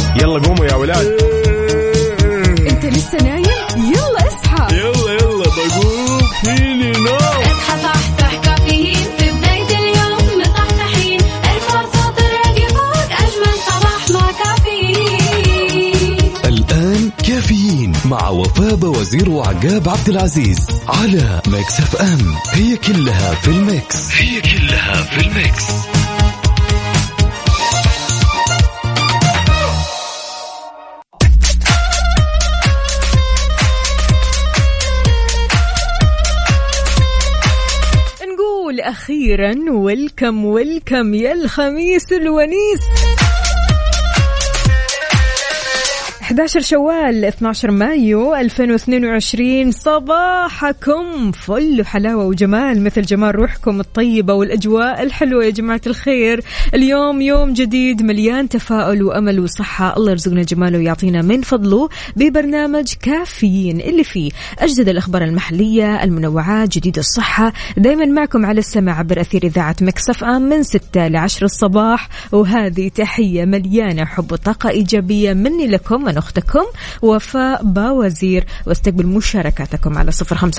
يلا قوموا يا ولاد. انت لسه نايم؟ يلا اصحى. يلا بقوم فيني نوم. اصحى صحصح كافيين في بداية اليوم مصحصحين. ارفع صوت الراديو فوق أجمل صباح مع كافيين. الآن كافيين مع وفاء بوزير وعقاب عبد العزيز على ميكس اف ام. هي كلها في الميكس. أخيرا ويلكم يا الخميس الونيس. 11 شوال 12 مايو 2022. صباحكم فل حلاوة وجمال مثل جمال روحكم الطيبة والأجواء الحلوة يا جماعة الخير. اليوم يوم جديد مليان تفاؤل وأمل وصحة. الله يرزقنا جماله ويعطينا من فضله ببرنامج كافيين اللي فيه أجدد الأخبار المحلية، المنوعات، جديد الصحة، دايما معكم على السمع عبر أثير إذاعة ميكس اف ام من 6 ل 10 الصباح. وهذه تحية مليانة حب وطاقة إيجابية مني لكم من أختكم وفاء باوزير. واستقبل مشاركاتكم على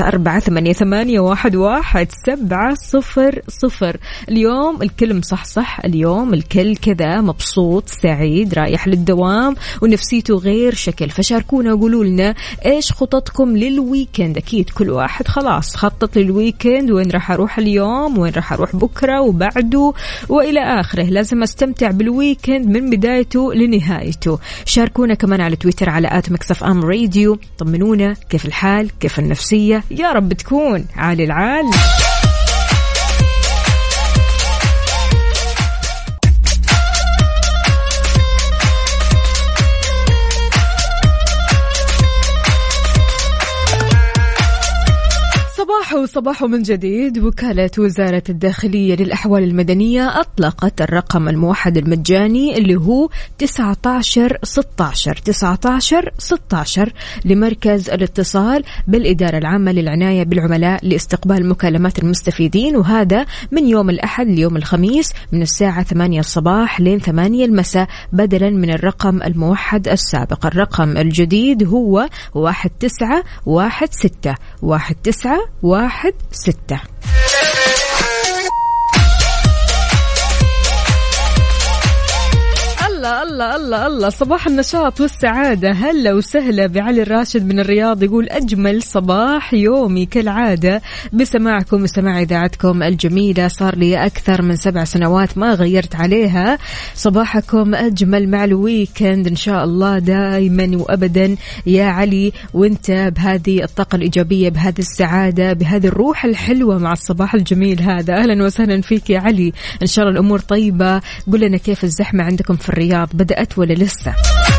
0548811700. اليوم الكل مصحصح، اليوم الكل كذا مبسوط سعيد رايح للدوام ونفسيته غير شكل. فشاركونا وقولوا لنا إيش خططكم للويكند. أكيد كل واحد خلاص خطط للويكند، وين راح أروح اليوم، وين راح أروح بكرة وبعده وإلى آخره. لازم أستمتع بالويكند من بدايته لنهايته. شاركونا كمان على تويتر على @mixfmradio. طمنونا كيف الحال، كيف النفسية، يا رب تكون عالي العال. صباح من جديد. وكالة وزارة الداخلية للأحوال المدنية أطلقت الرقم الموحد المجاني اللي هو 1916 لمركز الاتصال بالإدارة العامة للعناية بالعملاء لاستقبال مكالمات المستفيدين، وهذا من يوم الأحد ليوم الخميس من الساعة 8 الصباح لين 8 المساء بدلا من الرقم الموحد السابق. الرقم الجديد هو 1916. الله صباح النشاط والسعادة. هلا وسهلا بعلي الراشد من الرياض، يقول أجمل صباح يومي كالعادة بسماعكم وسماع إذاعتكم الجميلة. صار لي أكثر من 7 سنوات ما غيرت عليها. صباحكم أجمل مع الويكند إن شاء الله دائما وأبدا يا علي، وانت بهذه الطاقة الإيجابية، بهذه السعادة، بهذه الروح الحلوة مع الصباح الجميل هذا. أهلا وسهلا فيك يا علي، إن شاء الله الأمور طيبة. قل لنا كيف الزحمة عندكم في الرياض، بدأت ولا لسه؟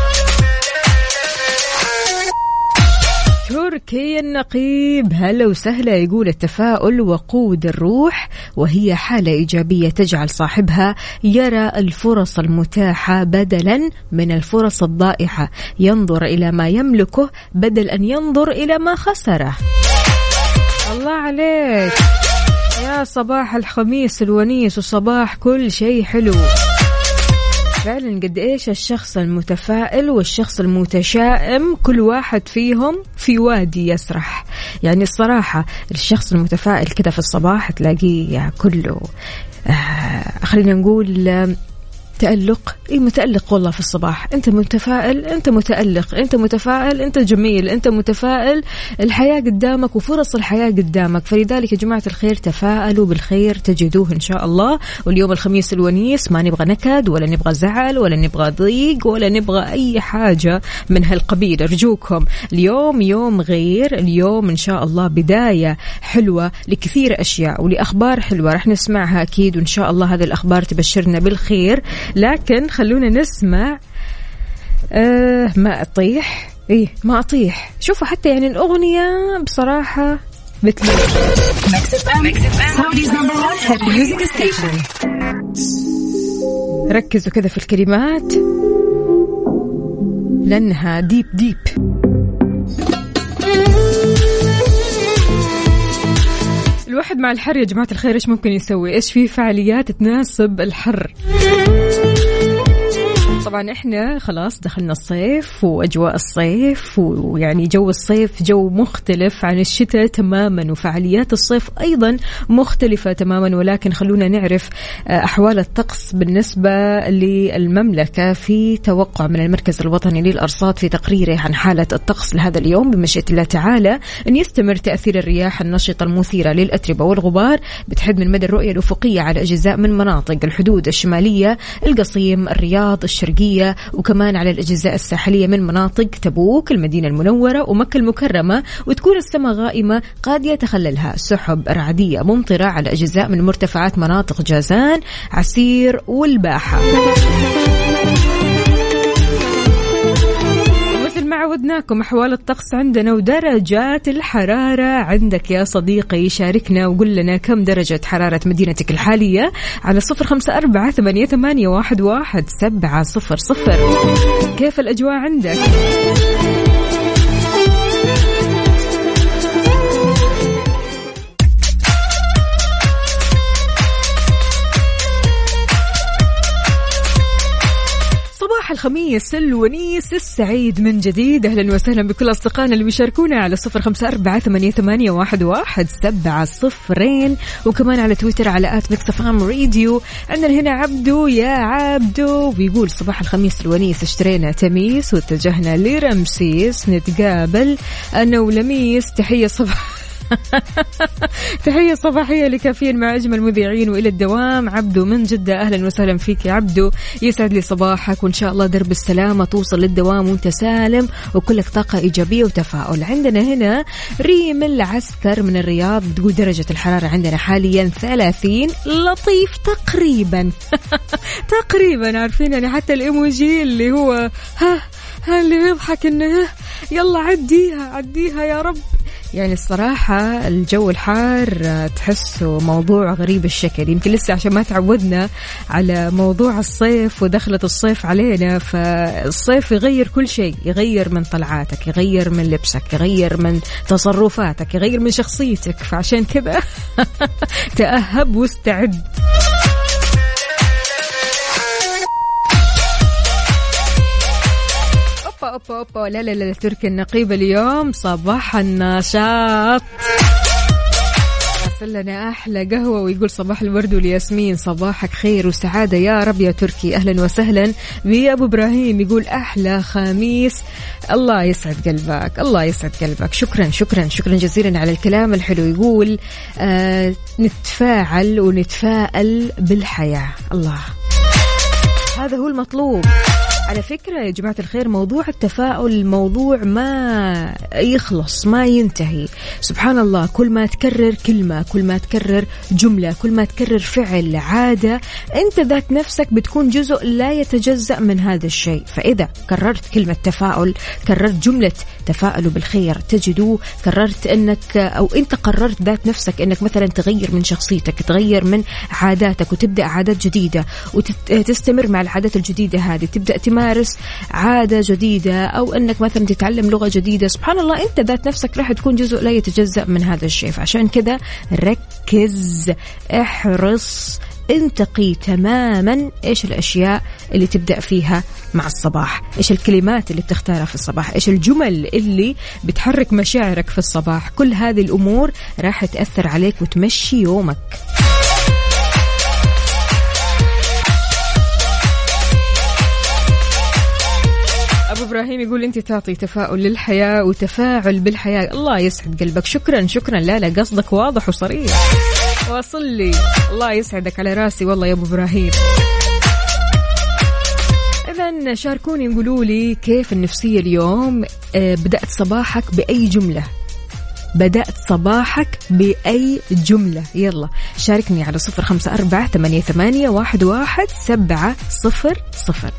تركي النقيب هلا وسهلا، يقول التفاؤل وقود الروح، وهي حالة إيجابية تجعل صاحبها يرى الفرص المتاحة بدلا من الفرص الضائعة، ينظر إلى ما يملكه بدل أن ينظر إلى ما خسره. الله عليك يا صباح الخميس الونيس وصباح كل شيء حلو. فعلا قد إيش الشخص المتفائل والشخص المتشائم كل واحد فيهم في وادي يسرح. يعني الصراحة الشخص المتفائل كده في الصباح تلاقيه كله خلينا نقول تألق. متألق والله في الصباح. أنت متفائل، أنت متألق، أنت متفائل، أنت جميل، أنت متفائل. الحياة قدامك وفرص الحياة قدامك. فلذلك يا جماعة الخير تفائلوا بالخير تجدوه إن شاء الله. واليوم الخميس الونيس ما نبغى نكد ولا نبغى زعل ولا نبغى ضيق ولا نبغى أي حاجة من هالقبيل. أرجوكم اليوم يوم غير. اليوم إن شاء الله بداية حلوة لكثير أشياء ولأخبار حلوة رح نسمعها أكيد، وإن شاء الله هذه الأخبار تبشرنا بالخير. لكن خلونا نسمع ما أطيح. ما أطيح. شوفوا حتى يعني الأغنية بصراحة بتليق. ركزوا كذا في الكلمات لأنها ديب. الواحد مع الحر يا جماعة الخير إيش ممكن يسوي؟ إيش في فعاليات تناسب الحر؟ طبعا احنا خلاص دخلنا الصيف واجواء الصيف، ويعني جو الصيف جو مختلف عن الشتاء تماما، وفعاليات الصيف ايضا مختلفة تماما. ولكن خلونا نعرف احوال الطقس بالنسبة للمملكة في توقع من المركز الوطني للأرصاد في تقريره عن حالة الطقس لهذا اليوم. بمشيئة الله تعالى أن يستمر تأثير الرياح النشطة المثيرة للأتربة والغبار بتحد من مدى الرؤية الأفقية على أجزاء من مناطق الحدود الشمالية، القصيم، الرياض، الشرقية، وكمان على الأجزاء الساحلية من مناطق تبوك، المدينة المنورة، ومكة المكرمة. وتكون السماء غائمة قد يتخللها سحب رعدية ممطرة على أجزاء من مرتفعات مناطق جازان، عسير والباحة. ما عودناكم أحوال الطقس عندنا ودرجات الحرارة عندك يا صديقي. شاركنا وقل لنا كم درجة حرارة مدينتك الحالية على 0548811700. كيف الأجواء عندك؟ الخميس الونيس السعيد من جديد. أهلا وسهلا بكل أصدقائنا اللي بيشاركونا على 0548811700، وكمان على تويتر على @mixfmradio. عندنا هنا عبدو، يا عبدو بيقول صباح الخميس الونيس، اشترينا تميس واتجهنا لرمسيس نتقابل أنا ولميس. تحية صباحية لكافيين مع أجمل مذيعين وإلى الدوام. عبدو من جدة، أهلا وسهلا فيك يا عبدو، يسعد لي صباحك، وإن شاء الله درب السلامة توصل للدوام وانت سالم وكلك طاقة إيجابية وتفاؤل. عندنا هنا ريم العسكر من الرياض بتقول درجة الحرارة عندنا حاليا 30، لطيف تقريبا. تقريبا عارفين يعني حتى الإيموجي اللي هو اللي يضحك إنه يلا عديها يا رب. يعني الصراحة الجو الحار تحسه موضوع غريب الشكل، يمكن لسه عشان ما تعودنا على موضوع الصيف ودخلة الصيف علينا. فالصيف يغير كل شيء، يغير من طلعاتك، يغير من لبسك، يغير من تصرفاتك، يغير من شخصيتك. فعشان كذا تأهب واستعد. أوبا لا تركي النقيب اليوم صباح النشاط، أرسل لنا أحلى قهوة ويقول صباح الورد والياسمين، صباحك خير وسعادة يا رب يا تركي. أهلا وسهلا بأبو إبراهيم، يقول أحلى خميس، الله يسعد قلبك، الله يسعد قلبك. شكرا جزيلا على الكلام الحلو. يقول نتفاعل ونتفائل بالحياة، الله هذا هو المطلوب. على فكرة يا جماعة الخير، موضوع التفاؤل موضوع ما يخلص ما ينتهي. سبحان الله، كل ما تكرر كلمة، كل ما تكرر جملة، كل ما تكرر فعل، عادة، أنت ذات نفسك بتكون جزء لا يتجزأ من هذا الشيء. فإذا كررت كلمة تفاؤل، كررت جملة تفاؤلوا بالخير تجدوه، كررت أنك أو أنت قررت ذات نفسك أنك مثلا تغير من شخصيتك، تغير من عاداتك وتبدأ عادات جديدة وتستمر مع العادات الجديدة هذه، تبدأ تمارس عادة جديدة، أو أنك مثلا تتعلم لغة جديدة. سبحان الله، أنت ذات نفسك راح تكون جزء لا يتجزأ من هذا الشيء. فعشان كذا ركز، احرص، انتقي تماما إيش الأشياء اللي تبدأ فيها مع الصباح، إيش الكلمات اللي بتختارها في الصباح، إيش الجمل اللي بتحرك مشاعرك في الصباح. كل هذه الأمور راح تأثر عليك وتمشي يومك. أبو إبراهيم يقول أنت تعطي تفاؤل للحياة وتفاعل بالحياة، الله يسعد قلبك. شكرا لا قصدك واضح وصريح، واصل لي، الله يسعدك على راسي والله يا أبو إبراهيم. إذن شاركوني، نقولوا لي كيف النفسية اليوم، بدأت صباحك بأي جملة، بدأت صباحك بأي جملة؟ يلا شاركني على 0548811700.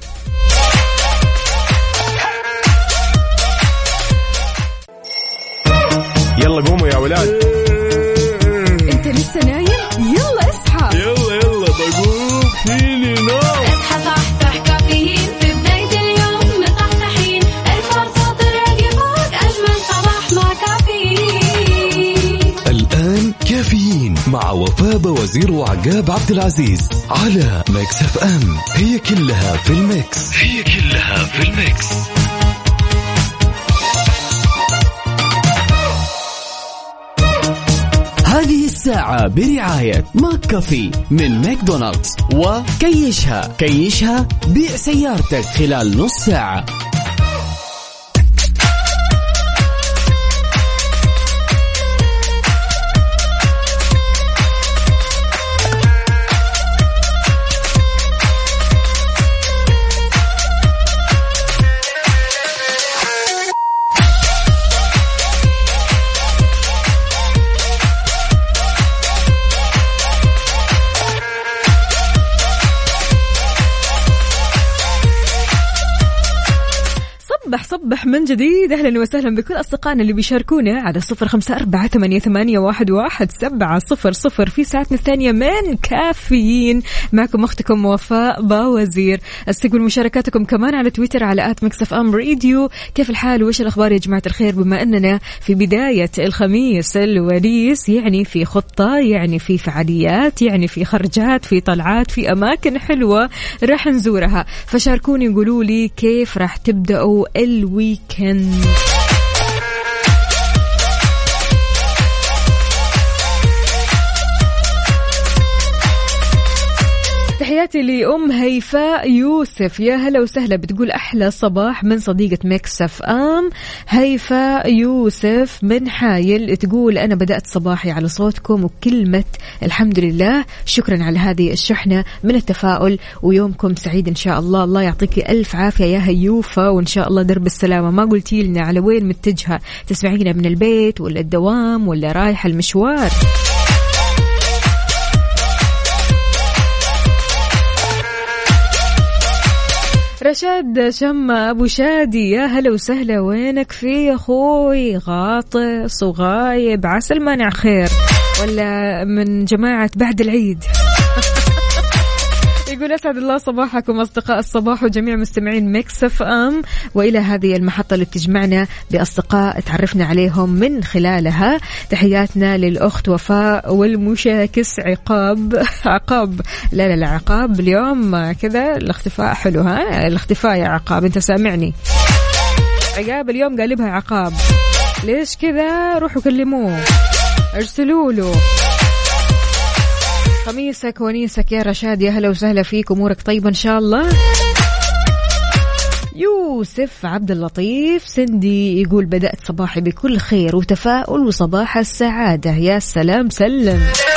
يلا قوموا يا ولاد. انت لسه نايم؟ يلا اصحى. يلا بقوم فيني نوم. اصحى صحصح كافيين في بداية اليوم مصحصحين، الفرصة تراقي فوق أجمل صباح مع كافيين. الآن كافيين مع وفاء وفاء وزير وعقاب عبد العزيز على ميكس اف ام. هي كلها في الميكس. هذه الساعة برعاية ماك كافي من ماكدونالدز وكيشها بيع سيارتك خلال نص ساعة. صبح من جديد. أهلا وسهلا بكل أصدقائنا اللي بيشاركونا على 0548811700 في ساعتنا الثانية من كافيين. معكم أختكم وفاء باوزير. استقبل مشاركاتكم كمان على تويتر على @mixfmradio. كيف الحال وإيش الأخبار يا جماعة الخير؟ بما أننا في بداية الخميس الونيس، يعني في خطة، يعني في فعاليات، يعني في خرجات، في طلعات، في أماكن حلوة راح نزورها. فشاركوني قولوا لي كيف راح تبدأوا الويكند. تحياتي لأم هيفاء يوسف، يا هلا وسهلا. بتقول أحلى صباح من صديقة ميكس اف ام. هيفاء يوسف من حايل تقول أنا بدأت صباحي على صوتكم وكلمة الحمد لله. شكرا على هذه الشحنة من التفاؤل، ويومكم سعيد إن شاء الله. الله يعطيك ألف عافية يا هيوفة، وإن شاء الله درب السلامة. ما قلتي لنا على وين متجهة؟ تسمعينا من البيت ولا الدوام ولا رايحة المشوار؟ رشاد شمة أبو شادي، يا هلا وسهلا. وينك في أخوي؟ غاطس وغايب، عسى المانع خير ولا من جماعة بعد العيد؟ يقول أسعد الله صباحكم أصدقاء الصباح وجميع مستمعين ميكس اف ام، وإلى هذه المحطة اللي بتجمعنا بأصدقاء تعرفنا عليهم من خلالها. تحياتنا للأخت وفاء والمشاكس عقاب لا عقاب اليوم كذا الاختفاء حلو. ها الاختفاء يا عقاب، أنت سامعني؟ عقاب اليوم قالبها عقاب، ليش كذا؟ روحوا كلموه، ارسلوا له. خميسك ونيسك يا رشاد، يا هلا وسهلا فيك. أمورك طيبة إن شاء الله. يوسف عبد اللطيف سندي يقول بدأت صباحي بكل خير وتفاؤل وصباح السعادة. يا سلام سلم.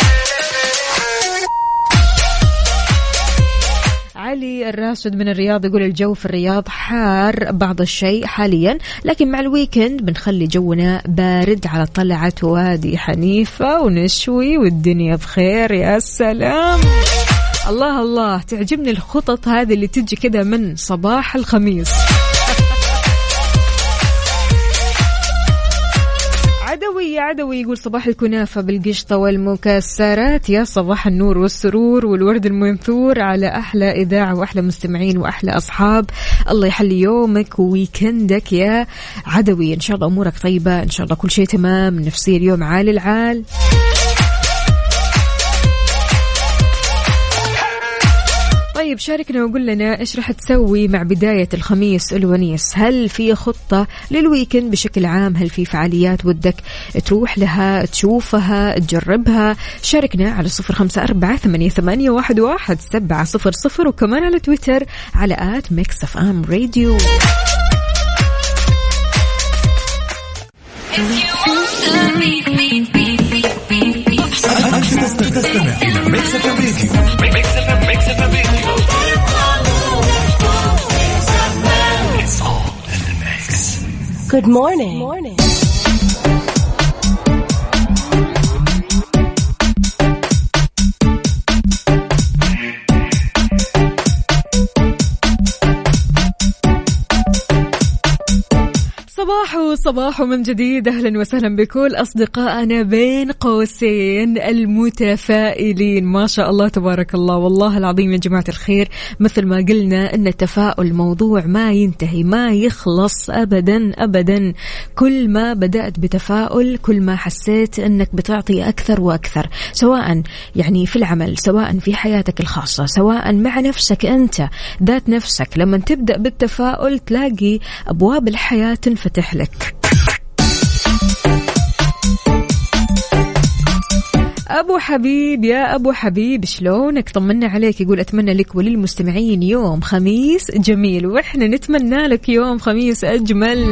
علي الراشد من الرياض يقول الجو في الرياض حار بعض الشيء حاليا، لكن مع الويكند بنخلي جونا بارد على طلعة وادي حنيفة ونشوي والدنيا بخير. يا سلام، الله الله، تعجبني الخطط هذه اللي تجي كده من صباح الخميس. عدوي يقول صباح الكنافة بالقشطة والمكسرات. يا صباح النور والسرور والورد المنثور على أحلى إذاعة وأحلى مستمعين وأحلى أصحاب. الله يحلي يومك وويكندك يا عدوي. إن شاء الله أمورك طيبة، إن شاء الله كل شيء تمام. نفسية اليوم عال العال. طيب شاركنا وقول لنا إيش رح تسوي مع بداية الخميس الونيس. هل في خطة للويكند بشكل عام؟ هل في فعاليات ودك تروح لها، تشوفها، تجربها؟ شاركنا على 0548811700 وكمان على تويتر على @mixfmradio. Good morning. صباح من جديد. أهلا وسهلا بكل أصدقائنا بين قوسين المتفائلين. ما شاء الله تبارك الله، والله العظيم يا جماعة الخير، مثل ما قلنا أن التفاؤل موضوع ما ينتهي ما يخلص أبدا أبدا. كل ما بدأت بتفاؤل كل ما حسيت أنك بتعطي أكثر وأكثر، سواء يعني في العمل، سواء في حياتك الخاصة، سواء مع نفسك أنت ذات نفسك. لما تبدأ بالتفاؤل تلاقي أبواب الحياة تنفتح لك. أبو حبيب، يا أبو حبيب شلونك؟ طمنا عليك. يقول أتمنى لك وللمستمعين يوم خميس جميل، وإحنا نتمنى لك يوم خميس أجمل.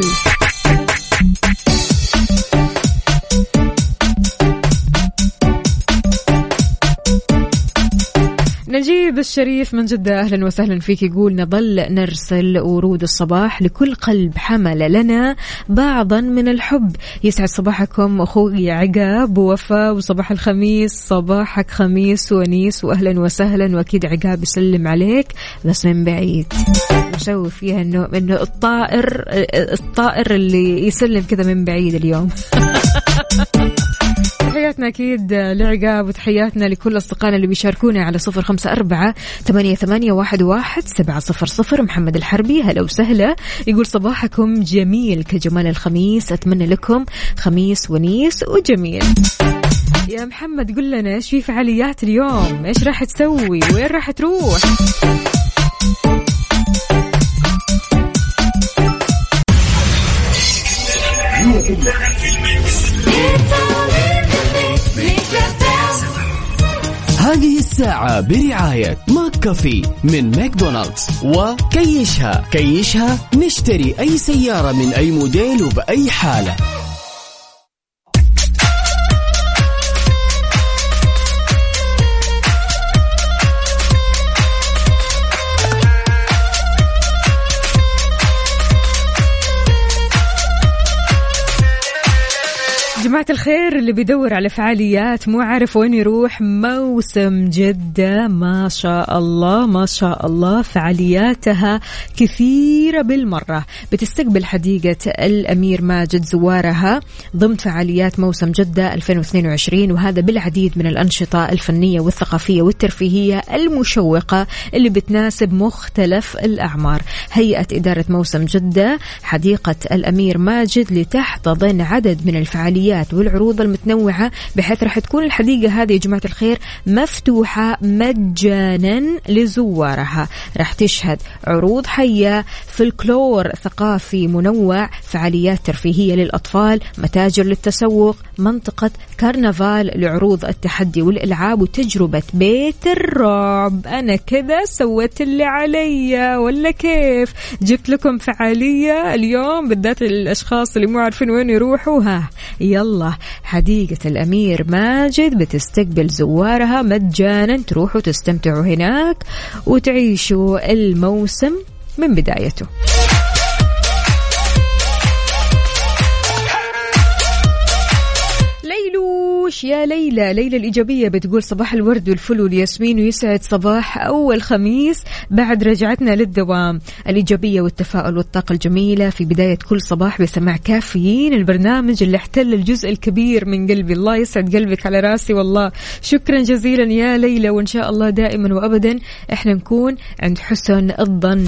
نجيب الشريف من جدة أهلا وسهلا فيك. يقول نظل نرسل ورود الصباح لكل قلب حمل لنا بعضا من الحب. يسعد صباحكم أخوي عقاب ووفاء، وصباح الخميس صباحك خميس ونيس، وأهلا وسهلا. وأكيد عقاب يسلم عليك بس من بعيد، نسوي فيها إنه الطائر اللي يسلم كذا من بعيد اليوم. تحياتنا أكيد لعقاب، وتحياتنا لكل أصدقائنا اللي بيشاركونا على 0548811700. محمد الحربي هلا وسهلا، يقول صباحكم جميل كجمال الخميس، أتمنى لكم خميس ونيس وجميل. يا محمد قل لنا إيش في فعاليات اليوم، إيش راح تسوي، وين راح تروح؟ هذه الساعة برعاية ماك كافي من ماكدونالدز وكيشها. كيشها نشتري أي سيارة من أي موديل وبأي حالة. جماعة الخير، اللي بيدور على فعاليات مو عارف وين يروح، موسم جدة ما شاء الله ما شاء الله فعالياتها كثيرة بالمرة. بتستقبل حديقة الأمير ماجد زوارها ضمن فعاليات موسم جدة 2022، وهذا بالعديد من الأنشطة الفنية والثقافية والترفيهية المشوقة اللي بتناسب مختلف الأعمار. هيئة إدارة موسم جدة حديقة الأمير ماجد لتحتضن عدد من الفعاليات والعروض المتنوعة، بحيث راح تكون الحديقة هذه يا جماعة الخير مفتوحة مجانا لزوارها. راح تشهد عروض حية، فلكلور ثقافي منوع، فعاليات ترفيهية للأطفال، متاجر للتسوق، منطقة كارنفال لعروض التحدي والإلعاب، وتجربة بيت الرعب. أنا كذا سويت اللي علي ولا كيف؟ جبت لكم فعالية اليوم بالذات الأشخاص اللي مو عارفين وين يروحوا. ها يلا، حديقة الأمير ماجد بتستقبل زوارها مجانا، تروحوا تستمتعوا هناك وتعيشوا الموسم من بدايته. ليلوش يا ليلى الإيجابية بتقول صباح الورد والفل والياسمين، ويسعد صباح أول خميس بعد رجعتنا للدوام. الإيجابية والتفاؤل والطاقة الجميلة في بداية كل صباح بسماع كافيين، البرنامج اللي احتل الجزء الكبير من قلبي. الله يسعد قلبك على راسي والله، شكرا جزيلا يا ليلى، وإن شاء الله دائما وأبدا احنا نكون عند حسن الظن.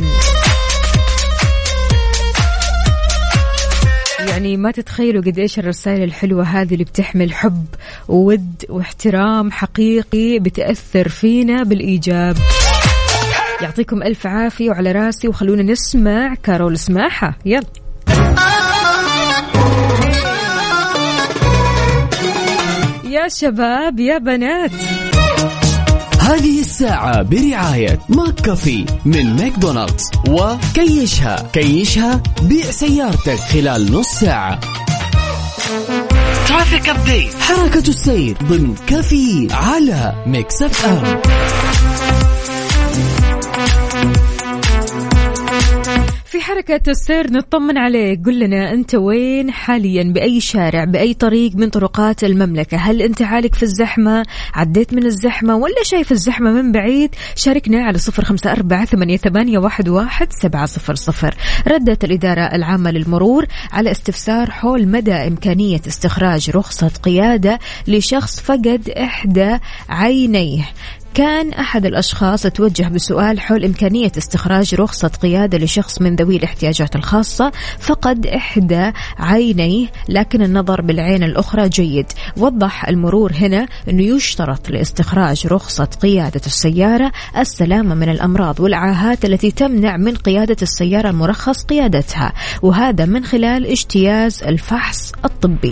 يعني ما تتخيلوا قد إيش الرسائل الحلوة هذه اللي بتحمل حب وود واحترام حقيقي بتأثر فينا بالإيجاب. يعطيكم ألف عافية وعلى راسي، وخلونا نسمع كارول سماحة. يلا يا شباب يا بنات. هذه الساعة برعاية ماك كافي من ماكدونالدز وكيشها. كيشها بيع سيارتك خلال نص ساعة. ترافيك أبديت، حركة السير ضمن كافي على ميكس اف ام. في حركة السير نطمن عليك، قل لنا أنت وين حاليا، بأي شارع، بأي طريق من طرقات المملكة. هل أنت عالق في الزحمة، عديت من الزحمة، ولا شايف الزحمة من بعيد؟ شاركنا على 0548811700. ردت الإدارة العامة للمرور على استفسار حول مدى إمكانية استخراج رخصة قيادة لشخص فقد إحدى عينيه. كان أحد الأشخاص توجه بسؤال حول إمكانية استخراج رخصة قيادة لشخص من ذوي الاحتياجات الخاصة فقد إحدى عينيه لكن النظر بالعين الأخرى جيد. وضح المرور هنا أنه يشترط لاستخراج رخصة قيادة السيارة السلامة من الأمراض والعاهات التي تمنع من قيادة السيارة المرخص قيادتها، وهذا من خلال اجتياز الفحص الطبي.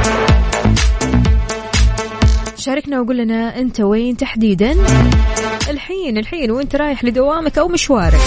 شاركنا وقول لنا أنت وين تحديدا الحين وانت رايح لدوامك أو مشوارك.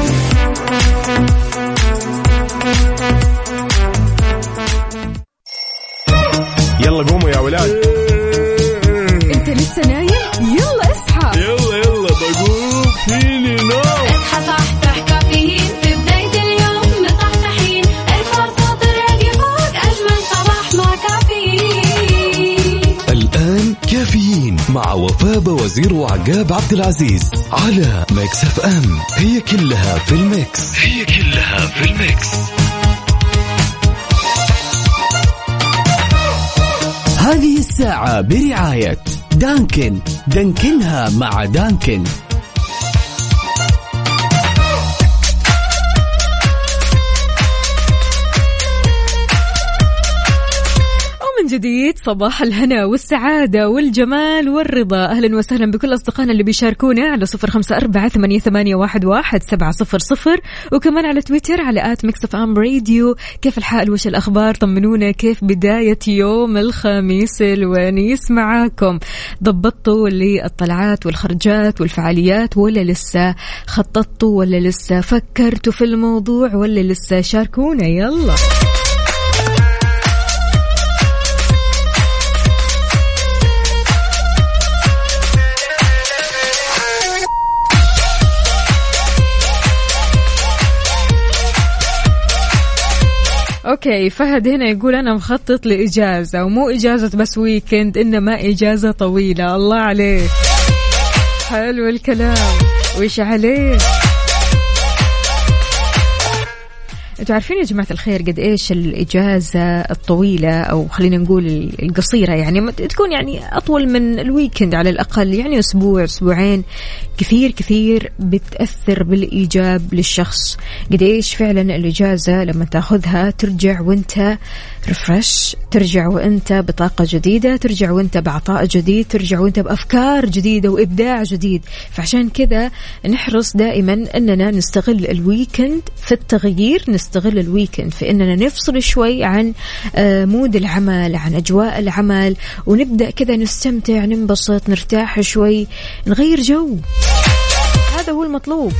يلا قوموا يا ولاد. أنت لسه نايم؟ يلا اصحى. يلا بقوم فيني نوم. اصحى صحصح كافيين في بداية اليوم مصحصحين، الفرصة تراقي فوق أجمل صباح مع كافيين. الآن كافيين مع وفاء وزير وعقاب عبد العزيز على ميكس اف ام. هي كلها في الميكس. هذه الساعة برعاية دانكن، دانكنها مع دانكن. جديد صباح الهنا والسعادة والجمال والرضا. أهلا وسهلا بكل أصدقائنا اللي بيشاركونا على 0548811700 وكمان على تويتر على @mixfmradio. كيف الحال وش الأخبار؟ طمنونا كيف بداية يوم الخميس الونيس معاكم. ضبطوا للطلعات والخرجات والفعاليات ولا لسه؟ خططوا ولا لسه؟ فكرتوا في الموضوع ولا لسه؟ شاركونا يلا. أوكي، فهد هنا يقول أنا مخطط لإجازة، ومو إجازة بس ويكند، إنما إجازة طويلة. الله عليك، حلو الكلام. وإيش عليك؟ انتوا عارفين يا جماعة الخير قد ايش الإجازة الطويلة أو خلينا نقول القصيرة، يعني تكون يعني أطول من الويكند على الأقل، يعني أسبوع أسبوعين، كثير بتأثر بالإيجاب للشخص. قد ايش فعلا الإجازة لما تاخذها ترجع وانت ريفرش، ترجع وانت بطاقة جديدة، ترجع وانت بعطاء جديد، ترجع وانت بأفكار جديدة وإبداع جديد. فعشان كذا نحرص دائما أننا نستغل الويكند في التغيير، نستغل الويكند في أننا نفصل شوي عن مود العمل، عن أجواء العمل، ونبدأ كذا نستمتع، ننبسط، نرتاح شوي، نغير جو. هذا هو المطلوب.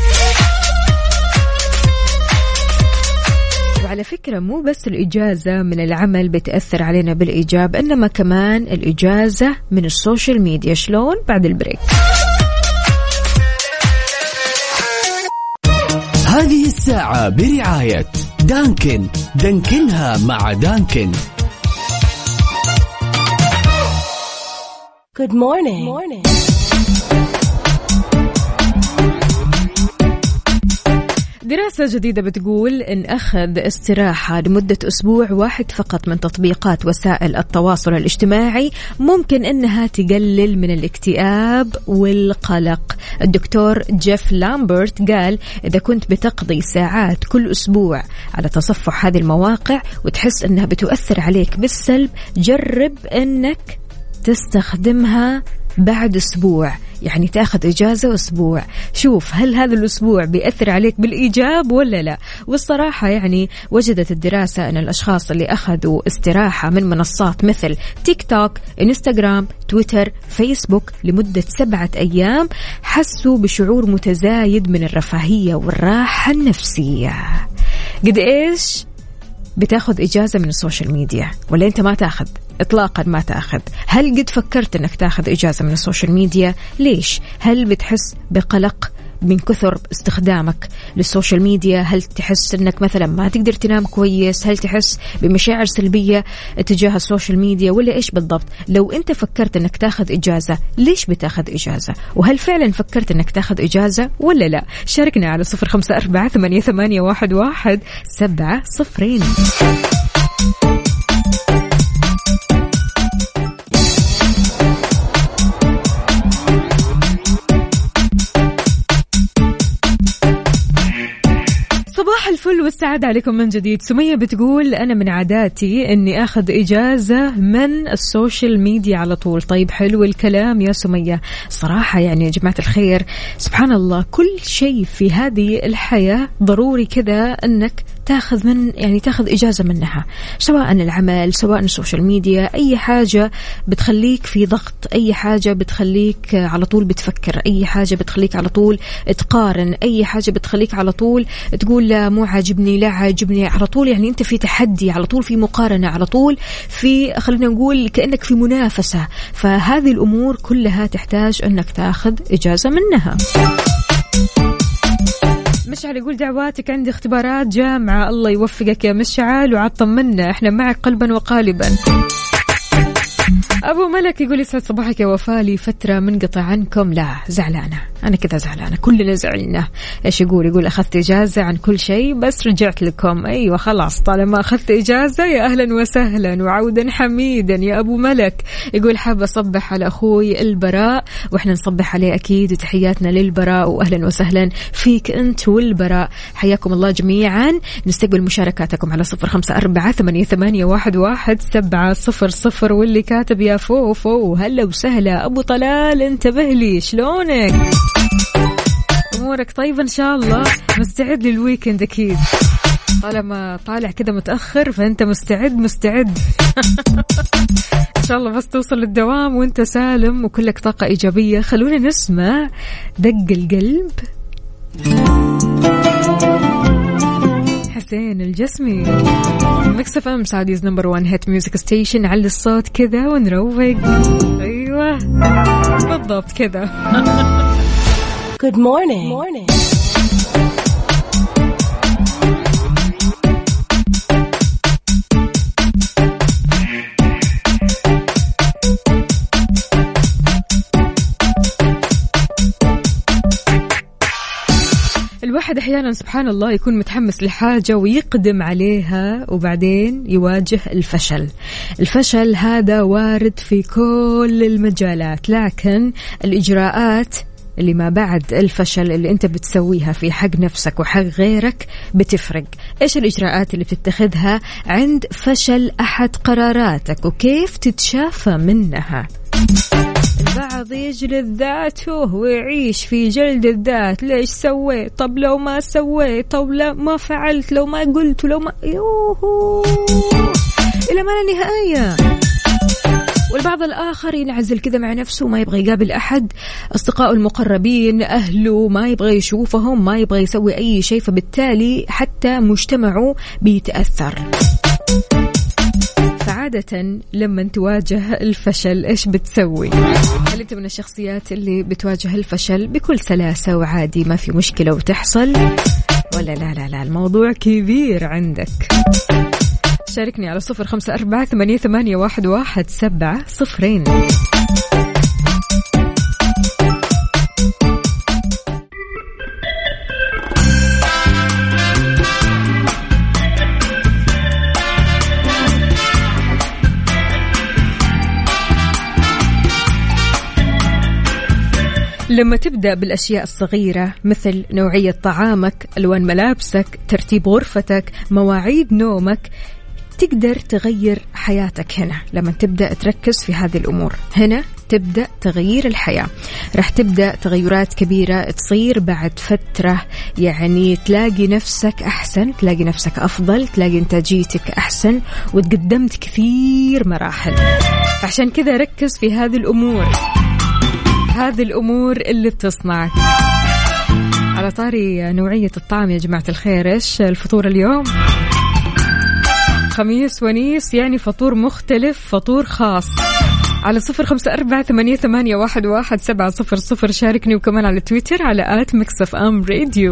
وعلى فكرة مو بس الإجازة من العمل بتأثر علينا بالإيجاب، إنما كمان الإجازة من السوشيال ميديا. شلون؟ بعد البريك. هذه الساعة برعاية دانكن، دانكنها مع دانكن. Good morning. دراسة جديدة بتقول إن أخذ استراحة لمدة أسبوع واحد فقط من تطبيقات وسائل التواصل الاجتماعي ممكن إنها تقلل من الاكتئاب والقلق. الدكتور جيف لامبرت قال إذا كنت بتقضي ساعات كل أسبوع على تصفح هذه المواقع وتحس إنها بتؤثر عليك بالسلب، جرب إنك تستخدمها بعد أسبوع، يعني تاخذ إجازة أسبوع، شوف هل هذا الأسبوع بيأثر عليك بالإيجاب ولا لا. والصراحة يعني وجدت الدراسة أن الأشخاص اللي أخذوا استراحة من منصات مثل تيك توك، إنستغرام، تويتر، فيسبوك لمدة 7 أيام حسوا بشعور متزايد من الرفاهية والراحة النفسية. قد إيش بتاخذ إجازة من السوشيال ميديا ولا أنت ما تاخذ؟ إطلاقا ما تأخذ. هل قد فكرت أنك تأخذ إجازة من السوشيال ميديا؟ ليش؟ هل بتحس بقلق من كثر استخدامك للسوشيال ميديا؟ هل تحس أنك مثلا ما تقدر تنام كويس؟ هل تحس بمشاعر سلبية تجاه السوشيال ميديا ولا إيش بالضبط؟ لو أنت فكرت أنك تاخذ إجازة، ليش بتاخذ إجازة؟ وهل فعلا فكرت أنك تاخذ إجازة ولا لا؟ شاركنا على 0548811700. صباح الفل والسعادة عليكم من جديد. سمية بتقول أنا من عاداتي أني أخذ إجازة من السوشيال ميديا على طول. طيب حلو الكلام يا سمية. صراحة يعني يا جماعة الخير سبحان الله كل شيء في هذه الحياة ضروري كذا أنك تاخذ إجازة منها، سواء العمل سواء السوشيال ميديا، أي حاجة بتخليك في ضغط، أي حاجة بتخليك على طول بتفكر، أي حاجة بتخليك على طول تقارن، أي حاجة بتخليك على طول تقول لا مو عاجبني لا عاجبني، على طول يعني أنت في تحدي، على طول في مقارنة، على طول في خلينا نقول كأنك في منافسة. فهذه الأمور كلها تحتاج أنك تاخذ إجازة منها. مشعل يقول دعواتك عندي اختبارات جامعة. الله يوفقك يا مشعل وعطم منا، احنا معك قلبا وقالبا. أبو ملك يقول يسعد صباحك يا وفالي، فترة منقطع عنكم. لا زعلانة، أنا كذا زعلانة، كلنا زعلنا. إيش يقول أخذت إجازة عن كل شيء بس رجعت لكم. أيوة خلاص طالما أخذت إجازة يا أهلا وسهلا وعودا حميدا يا أبو ملك. يقول حابة أصبح على أخوي البراء، وإحنا نصبح عليه أكيد، وتحياتنا للبراء وأهلا وسهلا فيك أنت والبراء، حياكم الله جميعا. نستقبل مشاركاتكم على 0548811700. واللي كاتب يا فوفو هلا وسهلا أبو طلال انتبه لي، شلونك؟ أمورك طيبة إن شاء الله؟ مستعد للويكند أكيد، طالما طالع كده متأخر فأنت مستعد إن شاء الله، بس توصل للدوام وأنت سالم وكلك طاقة إيجابية. خلونا نسمع دق القلب حسين الجسمي. ميكس اف ام سعوديز نمبر 1 هيت ميوزك ستيشن. علي الصوت كذا ونروق. ايوه بالضبط كذا. Good morning. الواحد أحيانا سبحان الله يكون متحمس لحاجة ويقدم عليها وبعدين يواجه الفشل. الفشل هذا وارد في كل المجالات، لكن الإجراءات اللي ما بعد الفشل اللي أنت بتسويها في حق نفسك وحق غيرك بتفرق. إيش الإجراءات اللي بتتخذها عند فشل أحد قراراتك وكيف تتشافى منها؟ البعض يجلد ذاته ويعيش في جلد الذات. ليش سويت؟ طب لو ما سويت، طب لا ما فعلت، لو ما قلت، لو ما يوهو إلى ما لا نهاية. والبعض الآخر ينعزل كذا مع نفسه، ما يبغى يقابل أحد، أصدقائه المقربين أهله ما يبغى يشوفهم، ما يبغى يسوي أي شيء، فبالتالي حتى مجتمعه بيتأثر. فعادة لما تواجه الفشل إيش بتسوي؟ هل أنت من الشخصيات اللي بتواجه الفشل بكل سلاسة وعادي ما في مشكلة وتحصل، ولا لا الموضوع كبير عندك؟ شاركني على 0548811700. لما تبدأ بالأشياء الصغيرة مثل نوعية طعامك، ألوان ملابسك، ترتيب غرفتك، مواعيد نومك، تقدر تغير حياتك. هنا لما تبدأ تركز في هذه الأمور، هنا تبدأ تغيير الحياة. راح تبدأ تغيرات كبيرة تصير بعد فترة، يعني تلاقي نفسك أحسن، تلاقي نفسك أفضل، تلاقي إنتاجيتك أحسن، وتقدمت كثير مراحل. فعشان كذا ركز في هذه الأمور، هذه الأمور اللي بتصنعك. على طاري نوعية الطعام يا جماعة الخير، إيش الفطور اليوم؟ خميس ونيس، يعني فطور مختلف، فطور خاص. على 0548811700. شاركني وكمان على تويتر على @mixfmradio.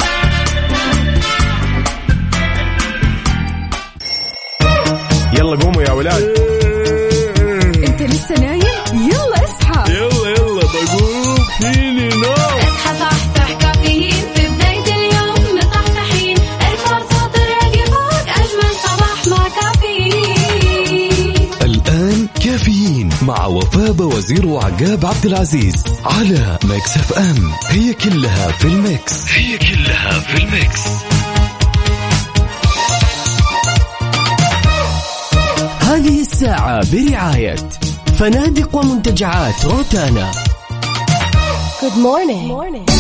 يلا قوموا يا ولاد. انت لسه نايم؟ يلا اصحى. يلا بقوم فيني نوم. اصحى صحصح كافيين في بداية اليوم مصحصحين ارفع صوت الراديو فوق أجمل صباح مع كافيين. الآن كافيين مع وفاء وزير وعقاب عبد العزيز على ميكس اف ام. هي كلها في الميكس. هذه الساعة برعاية فنادق ومنتجعات روتانا. Good morning.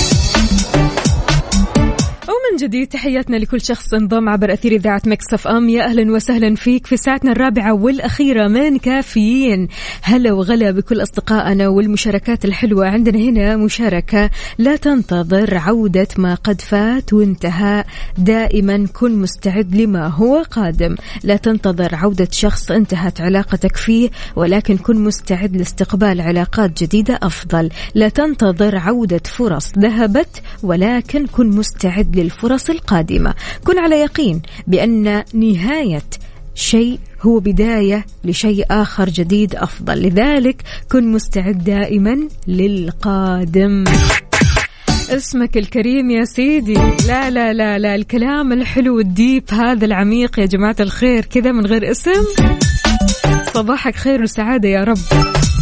ومن جديد تحياتنا لكل شخص انضم عبر أثير إذاعة ميكس اف ام. يا أهلا وسهلا فيك في ساعتنا الرابعة والأخيرة من كافيين. هلا وغلا بكل أصدقائنا والمشاركات الحلوة. عندنا هنا مشاركة: لا تنتظر عودة ما قد فات وانتهى، دائما كن مستعد لما هو قادم. لا تنتظر عودة شخص انتهت علاقتك فيه، ولكن كن مستعد لاستقبال علاقات جديدة أفضل. لا تنتظر عودة فرص ذهبت، ولكن كن مستعد للفرص القادمة. كن على يقين بأن نهاية شيء هو بداية لشيء آخر جديد أفضل، لذلك كن مستعد دائما للقادم. اسمك الكريم يا سيدي. لا لا لا لا، الكلام الحلو الديب هذا العميق يا جماعة الخير كذا من غير اسم. صباحك خير وسعادة يا رب.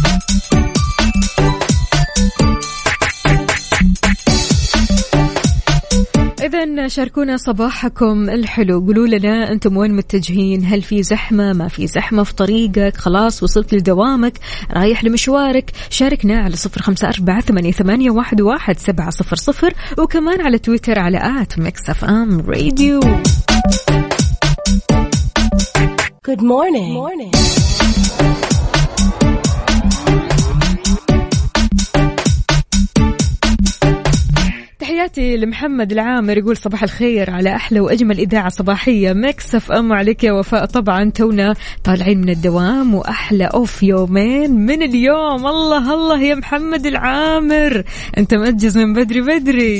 إذن شاركونا صباحكم الحلو، قولوا لنا أنتم وين متجهين، هل في زحمة، ما في زحمة في طريقك، خلاص وصلت لدوامك، رايح لمشوارك. شاركنا على 0548811700 وكمان على تويتر على @mixfmradio. Good morning. تحياتي لمحمد العامر، يقول صباح الخير على أحلى وأجمل إذاعة صباحية ميكس اف ام. عليك يا وفاء، طبعا تونا طالعين من الدوام وأحلى أوف يومين من اليوم. الله الله يا محمد العامر، أنت مأجز من بدري.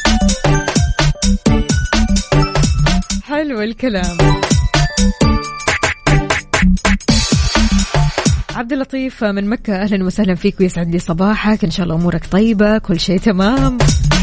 حلو الكلام. عبد اللطيف من مكة، أهلا وسهلا فيك ويسعد لي صباحك، إن شاء الله أمورك طيبة، كل شيء تمام.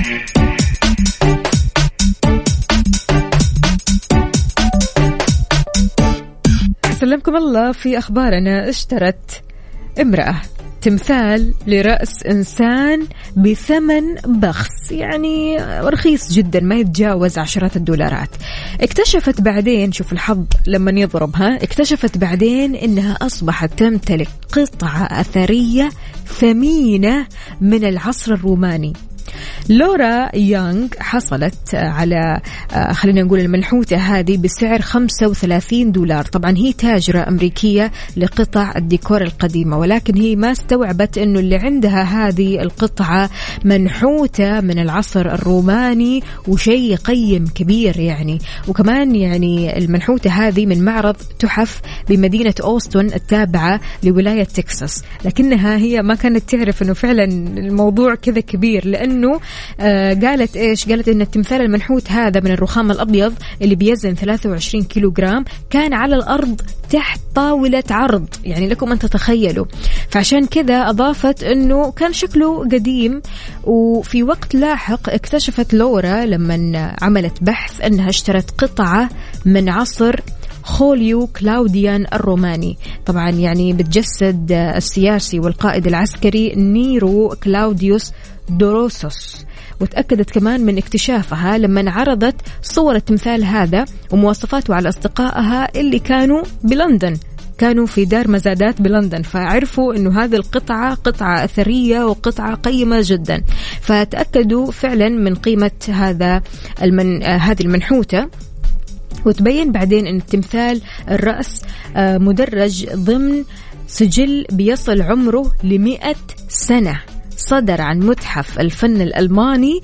سلمكم الله. في أخبارنا: اشترت امرأة تمثال لرأس إنسان بثمن بخس، يعني رخيص جدا ما يتجاوز عشرات الدولارات. اكتشفت بعدين، شوف الحظ لما يضربها، اكتشفت بعدين إنها أصبحت تمتلك قطعة أثرية ثمينة من العصر الروماني. لورا يونغ حصلت على خلينا نقول المنحوتة هذه بسعر $35. طبعا هي تاجرة أمريكية لقطع الديكور القديمة، ولكن هي ما استوعبت أنه اللي عندها هذه القطعة منحوتة من العصر الروماني وشيء قيم كبير يعني. وكمان يعني المنحوتة هذه من معرض تحف بمدينة أوستن التابعة لولاية تكساس، لكنها هي ما كانت تعرف أنه فعلا الموضوع كذا كبير، لأنه قالت إيش؟ قالت إن التمثال المنحوت هذا من الرخام الأبيض اللي بيزن 23 كيلوغرام كان على الأرض تحت طاولة عرض، يعني لكم أن تتخيلوا. فعشان كذا أضافت إنه كان شكله قديم. وفي وقت لاحق اكتشفت لورا لما عملت بحث أنها اشترت قطعة من عصر خوليو كلاوديان الروماني، طبعا يعني بتجسد السياسي والقائد العسكري نيرو كلاوديوس دوروسوس. وتأكدت كمان من اكتشافها لما عرضت صور التمثال هذا ومواصفاته على أصدقائها اللي كانوا بلندن، كانوا في دار مزادات بلندن، فعرفوا إنه هذه القطعة قطعة أثرية وقطعة قيمة جدا، فتأكدوا فعلا من قيمة هذه المنحوتة. وتبين بعدين أن التمثال الرأس مدرج ضمن سجل بيصل عمره ل100 سنة. صدر عن متحف الفن الألماني،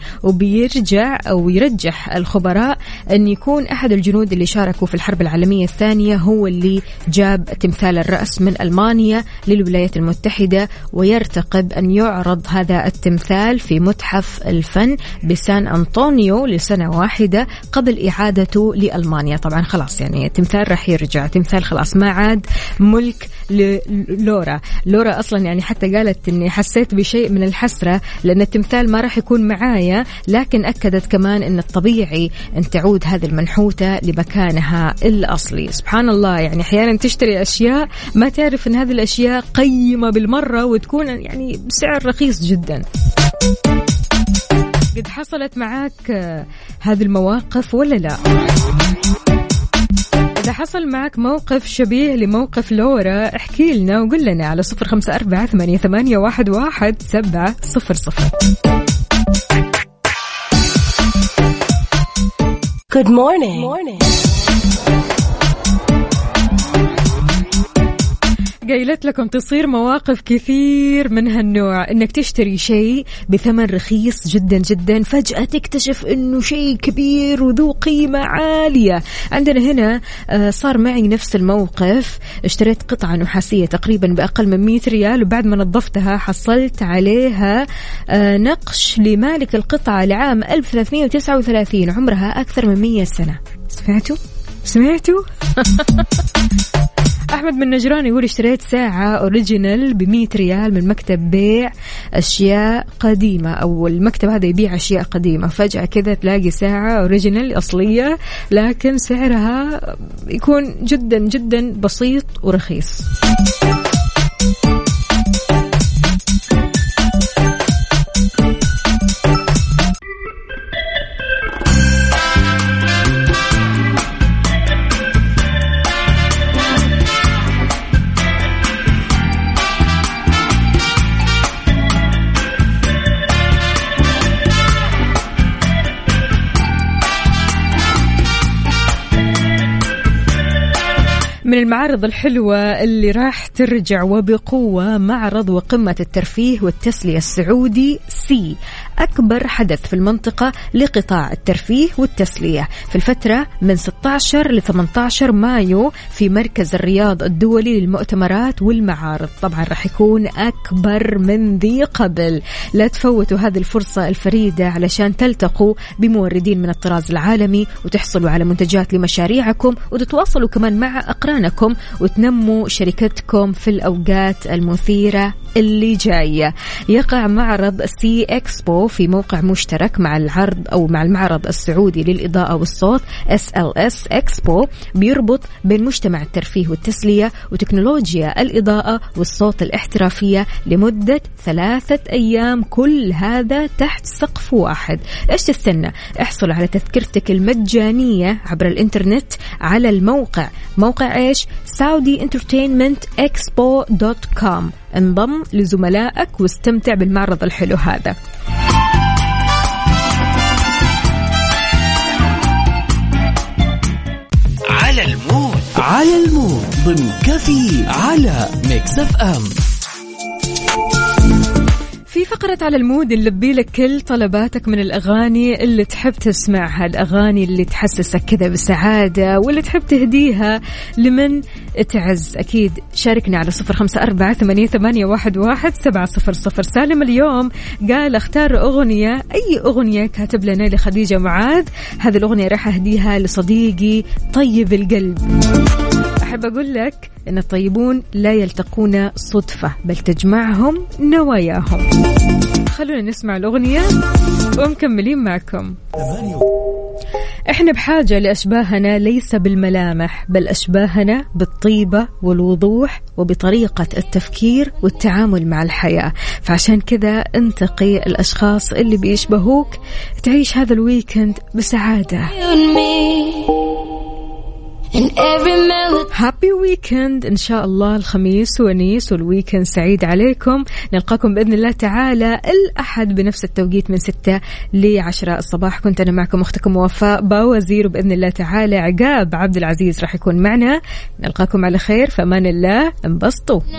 ويرجح الخبراء أن يكون أحد الجنود اللي شاركوا في الحرب العالمية الثانية هو اللي جاب تمثال الرأس من ألمانيا للولايات المتحدة، ويرتقب أن يعرض هذا التمثال في متحف الفن بسان أنطونيو لسنة واحدة قبل إعادته لألمانيا. طبعا خلاص يعني التمثال راح يرجع، تمثال خلاص ما عاد ملك لورا أصلا، يعني حتى قالت أني حسيت بشيء من الحسرة لأن التمثال ما راح يكون معايا، لكن أكدت كمان أن الطبيعي أن تعود هذه المنحوتة لمكانها الأصلي. سبحان الله، يعني أحيانا تشتري أشياء ما تعرف أن هذه الأشياء قيمة بالمرة وتكون يعني بسعر رخيص جدا. قد حصلت معك هذه المواقف ولا لا؟ إذا حصل معك موقف شبيه لموقف لورا احكي لنا وقل لنا على 0548811700. Good morning. قايلت لكم تصير مواقف كثير من هالنوع، انك تشتري شيء بثمن رخيص جدا جدا، فجأة تكتشف انه شيء كبير وذو قيمة عالية. عندنا هنا صار معي نفس الموقف، اشتريت قطعة نحاسية تقريبا بأقل من 100 ريال، وبعد ما نظفتها حصلت عليها نقش لمالك القطعة لعام 1339، عمرها أكثر من 100 سنة. سمعتوا؟ أحمد من نجران يقول اشتريت ساعة أوريجينال ب100 ريال من مكتب بيع أشياء قديمة، أو المكتب هذا يبيع أشياء قديمة. فجأة كذا تلاقي ساعة أوريجينال أصلية لكن سعرها يكون جدا جدا بسيط ورخيص. من المعارض الحلوة اللي راح ترجع وبقوة معرض وقمة الترفيه والتسلية السعودي سي، أكبر حدث في المنطقة لقطاع الترفيه والتسلية في الفترة من 16 ل 18 مايو في مركز الرياض الدولي للمؤتمرات والمعارض. طبعا راح يكون أكبر من ذي قبل، لا تفوتوا هذه الفرصة الفريدة علشان تلتقوا بموردين من الطراز العالمي وتحصلوا على منتجات لمشاريعكم، وتتواصلوا كمان مع أقرانكم وتنموا شركتكم في الأوقات المثيرة اللي جاية. يقع معرض سي إكسبو في موقع مشترك مع العرض أو مع المعرض السعودي للإضاءة والصوت SLS إكسبو، بيربط بين مجتمع الترفيه والتسلية وتكنولوجيا الإضاءة والصوت الاحترافية لمدة 3 أيام، كل هذا تحت سقف واحد. إيش تستنى؟ احصل على تذكرتك المجانية عبر الإنترنت على الموقع، موقع إيش؟ saudientertainmentexpo.com. انضم لزملائك واستمتع بالمعرض الحلو هذا. على المود ضمن كفي على ميكس اف ام. في فقرة على المود نلبي لك كل طلباتك من الأغاني اللي تحب تسمعها، الأغاني اللي تحسسك كذا بالسعادة واللي تحب تهديها لمن تعز. أكيد شاركنا على 0548811700. سالم اليوم قال اختار أغنية، أي أغنية كاتب لنا لخديجة معاذ، هذه الأغنية راح أهديها لصديقي طيب القلب. أحب أقول لك إن الطيبون لا يلتقون صدفة بل تجمعهم نواياهم. خلونا نسمع الأغنية ومكملين معكم. إحنا بحاجة لأشباهنا ليس بالملامح بل أشباهنا بالطيبة والوضوح وبطريقة التفكير والتعامل مع الحياة. فعشان كذا انتقي الأشخاص اللي بيشبهوك تعيش هذا الويكند بسعادة. هابي ويكند إن شاء الله، الخميس ونيس والويكند سعيد عليكم. نلقاكم بإذن الله تعالى الأحد بنفس التوقيت من 6 ل 10 الصباح. كنت أنا معكم أختكم وفاء باوزير، وبإذن الله تعالى عقاب عبد العزيز راح يكون معنا. نلقاكم على خير، فأمان الله، انبسطوا.